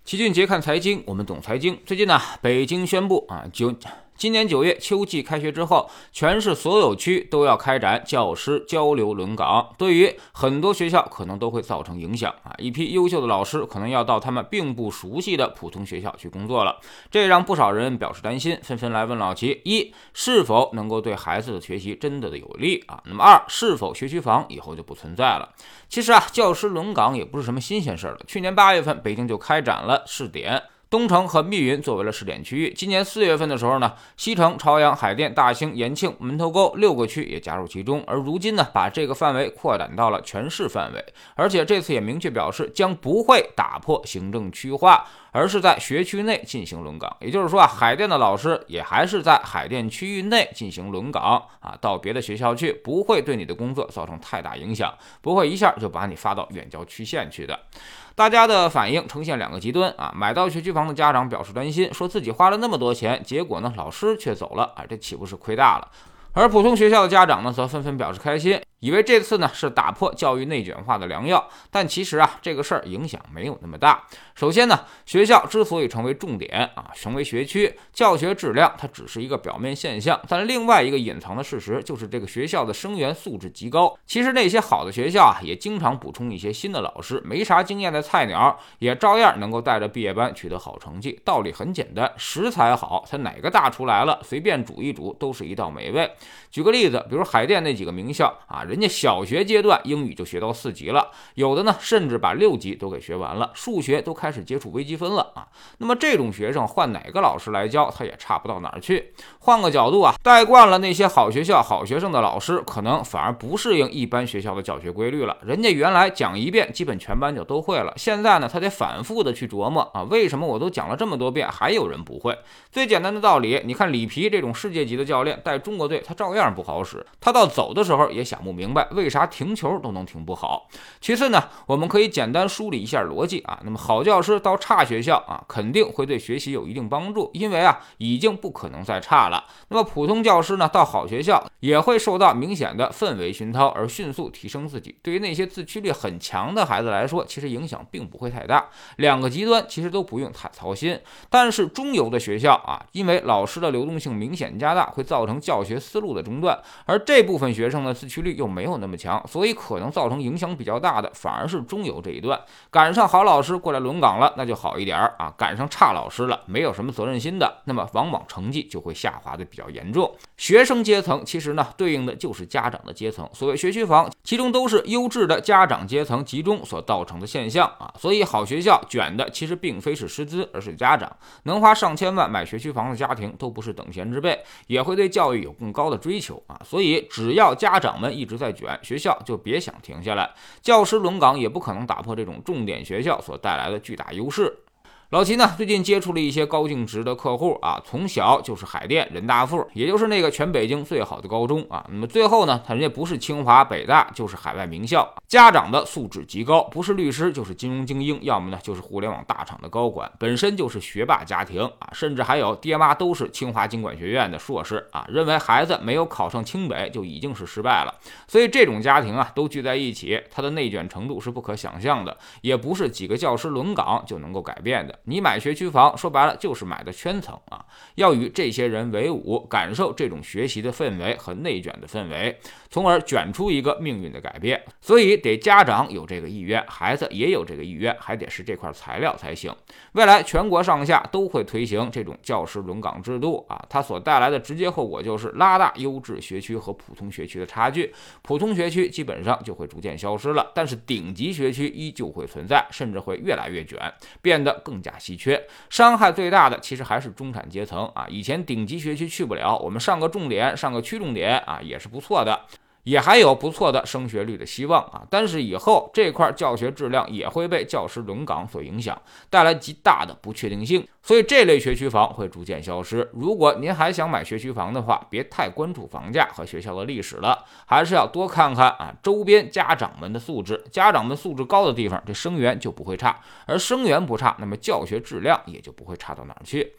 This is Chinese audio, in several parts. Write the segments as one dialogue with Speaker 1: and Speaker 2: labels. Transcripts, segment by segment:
Speaker 1: 齐俊杰看财经，我们懂财经。最近呢，北京宣布今年9月秋季开学之后，全市所有区都要开展教师交流轮岗，对于很多学校可能都会造成影响一批优秀的老师可能要到他们并不熟悉的普通学校去工作了，这让不少人表示担心，纷纷来问老齐：一，是否能够对孩子的学习真的有利那么二，是否学区房以后就不存在了？其实教师轮岗也不是什么新鲜事了，去年8月份北京就开展了试点。东城和密云作为了试点区域，今年4月份的时候呢，西城、朝阳、海淀、大兴、延庆、门头沟6个区也加入其中，而如今呢，把这个范围扩展到了全市范围，而且这次也明确表示将不会打破行政区划，而是在学区内进行轮岗。也就是说海淀的老师也还是在海淀区域内进行轮岗到别的学校去，不会对你的工作造成太大影响，不会一下就把你发到远郊区县去的。大家的反应呈现两个极端买到学区房的家长表示担心，说自己花了那么多钱，结果呢老师却走了这岂不是亏大了？而普通学校的家长呢则纷纷表示开心，以为这次呢是打破教育内卷化的良药，但其实这个事儿影响没有那么大。首先呢，学校之所以成为重点成为学区，教学质量它只是一个表面现象，但另外一个隐藏的事实就是这个学校的生源素质极高。其实那些好的学校也经常补充一些新的老师，没啥经验的菜鸟也照样能够带着毕业班取得好成绩。道理很简单，食材好，它哪个大出来了，随便煮一煮都是一道美味。举个例子，比如海淀那几个名校人家小学阶段英语就学到4级了，有的呢甚至把6级都给学完了，数学都开始接触微积分了那么这种学生换哪个老师来教，他也差不到哪儿去。换个角度带惯了那些好学校好学生的老师，可能反而不适应一般学校的教学规律了。人家原来讲一遍基本全班就都会了，现在呢他得反复的去琢磨为什么我都讲了这么多遍还有人不会？最简单的道理，你看里皮这种世界级的教练带中国队，他照样不好使，他到走的时候也想不明白为啥停球都能停不好。其次呢，我们可以简单梳理一下逻辑那么好教师到差学校肯定会对学习有一定帮助，因为已经不可能再差了。那么普通教师呢到好学校也会受到明显的氛围熏陶而迅速提升自己。对于那些自驱力很强的孩子来说，其实影响并不会太大，两个极端其实都不用太操心。但是中游的学校因为老师的流动性明显加大，会造成教学思路的中断，而这部分学生的自驱力又没有那么强，所以可能造成影响比较大的反而是中游这一段。赶上好老师过来轮岗了那就好一点赶上差老师了，没有什么责任心的，那么往往成绩就会下滑的比较严重。学生阶层其实呢对应的就是家长的阶层，所谓学区房其中都是优质的家长阶层集中所造成的现象所以好学校卷的其实并非是师资，而是家长。能花上千万买学区房的家庭都不是等闲之辈，也会对教育有更高的追求所以只要家长们一直在卷，学校就别想停下来。教师轮岗也不可能打破这种重点学校所带来的巨大优势。老齐呢最近接触了一些高净值的客户从小就是海淀人大附，也就是那个全北京最好的高中那么最后呢人家不是清华北大就是海外名校，家长的素质极高，不是律师就是金融精英，要么呢就是互联网大厂的高管，本身就是学霸家庭甚至还有爹妈都是清华经管学院的硕士认为孩子没有考上清北就已经是失败了。所以这种家庭都聚在一起，它的内卷程度是不可想象的，也不是几个教师轮岗就能够改变的。你买学区房说白了就是买的圈层要与这些人为伍，感受这种学习的氛围和内卷的氛围，从而卷出一个命运的改变。所以得家长有这个意愿，孩子也有这个意愿，还得是这块材料才行。未来全国上下都会推行这种教师轮岗制度它所带来的直接后果就是拉大优质学区和普通学区的差距，普通学区基本上就会逐渐消失了，但是顶级学区依旧会存在，甚至会越来越卷，变得更加稀缺。伤害最大的其实还是中产阶层以前顶级学区去不了，我们上个重点上个区重点也是不错的，也还有不错的升学率的希望但是以后这块教学质量也会被教师轮岗所影响，带来极大的不确定性，所以这类学区房会逐渐消失。如果您还想买学区房的话，别太关注房价和学校的历史了，还是要多看看周边家长们的素质，家长们素质高的地方，这生源就不会差，而生源不差，那么教学质量也就不会差到哪儿去。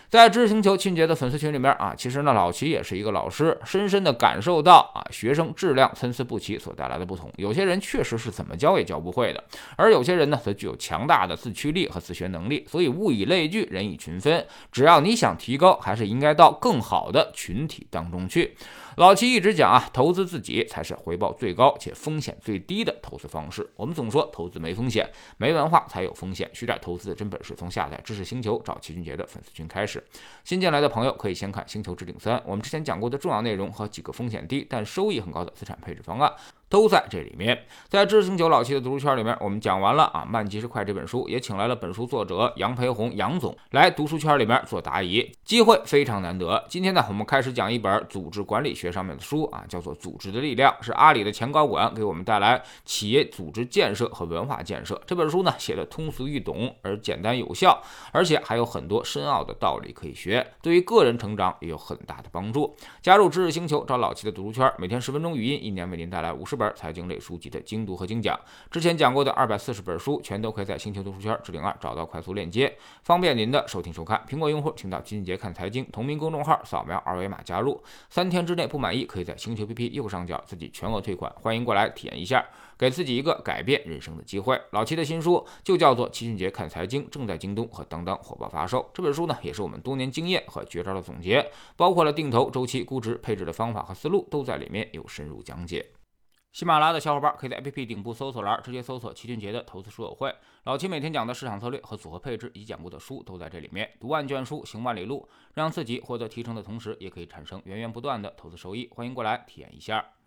Speaker 1: 在知识星球清洁的粉丝群里面啊，其实呢老齐也是一个老师，深深的感受到啊学生质量参差不齐所带来的不同。有些人确实是怎么教也教不会的，而有些人呢则具有强大的自驱力和自学能力。所以物以类聚，人以群分，只要你想提高，还是应该到更好的群体当中去。老齐一直讲啊，投资自己才是回报最高且风险最低的投资方式。我们总说投资没风险，没文化才有风险。学点投资的真本事，从下载知识星球找齐俊杰的粉丝群开始。新进来的朋友可以先看《星球置顶3》，我们之前讲过的重要内容和几个风险低但收益很高的资产配置方案都在这里面。在知识星球老齐的读书圈里面，我们讲完了啊《慢即是快》这本书，也请来了本书作者杨培红杨总来读书圈里面做答疑，机会非常难得。今天呢，我们开始讲一本组织管理学上面的书啊，叫做《组织的力量》，是阿里的前高管给我们带来企业组织建设和文化建设。这本书呢写的通俗易懂而简单有效，而且还有很多深奥的道理可以学，对于个人成长也有很大的帮助。加入知识星球找老齐的读书圈，每天10分钟语音，一年为您带来50本财经类书籍的精读和精讲。之前讲过的240本书全都可以在星球读书圈置顶2找到快速链接，方便您的收听收看。苹果用户请到齐俊杰看财经同名公众号扫描二维码加入，3天之内不满意可以在星球 APP 右上角自己全额退款，欢迎过来体验一下，给自己一个改变人生的机会。老齐的新书就叫做齐俊杰看财经，正在京东和当当火爆发售。这本书呢也是我们多年经验和绝招的总结，包括了定投、周期、估值、配置的方法和思路都在里面有深入讲解。喜马拉雅的小伙伴可以在 APP 顶部搜索栏直接搜索齐俊杰的投资书友会，老齐每天讲的市场策略和组合配置以及讲过的书都在这里面，读万卷书行万里路，让自己获得提升的同时也可以产生源源不断的投资收益，欢迎过来体验一下。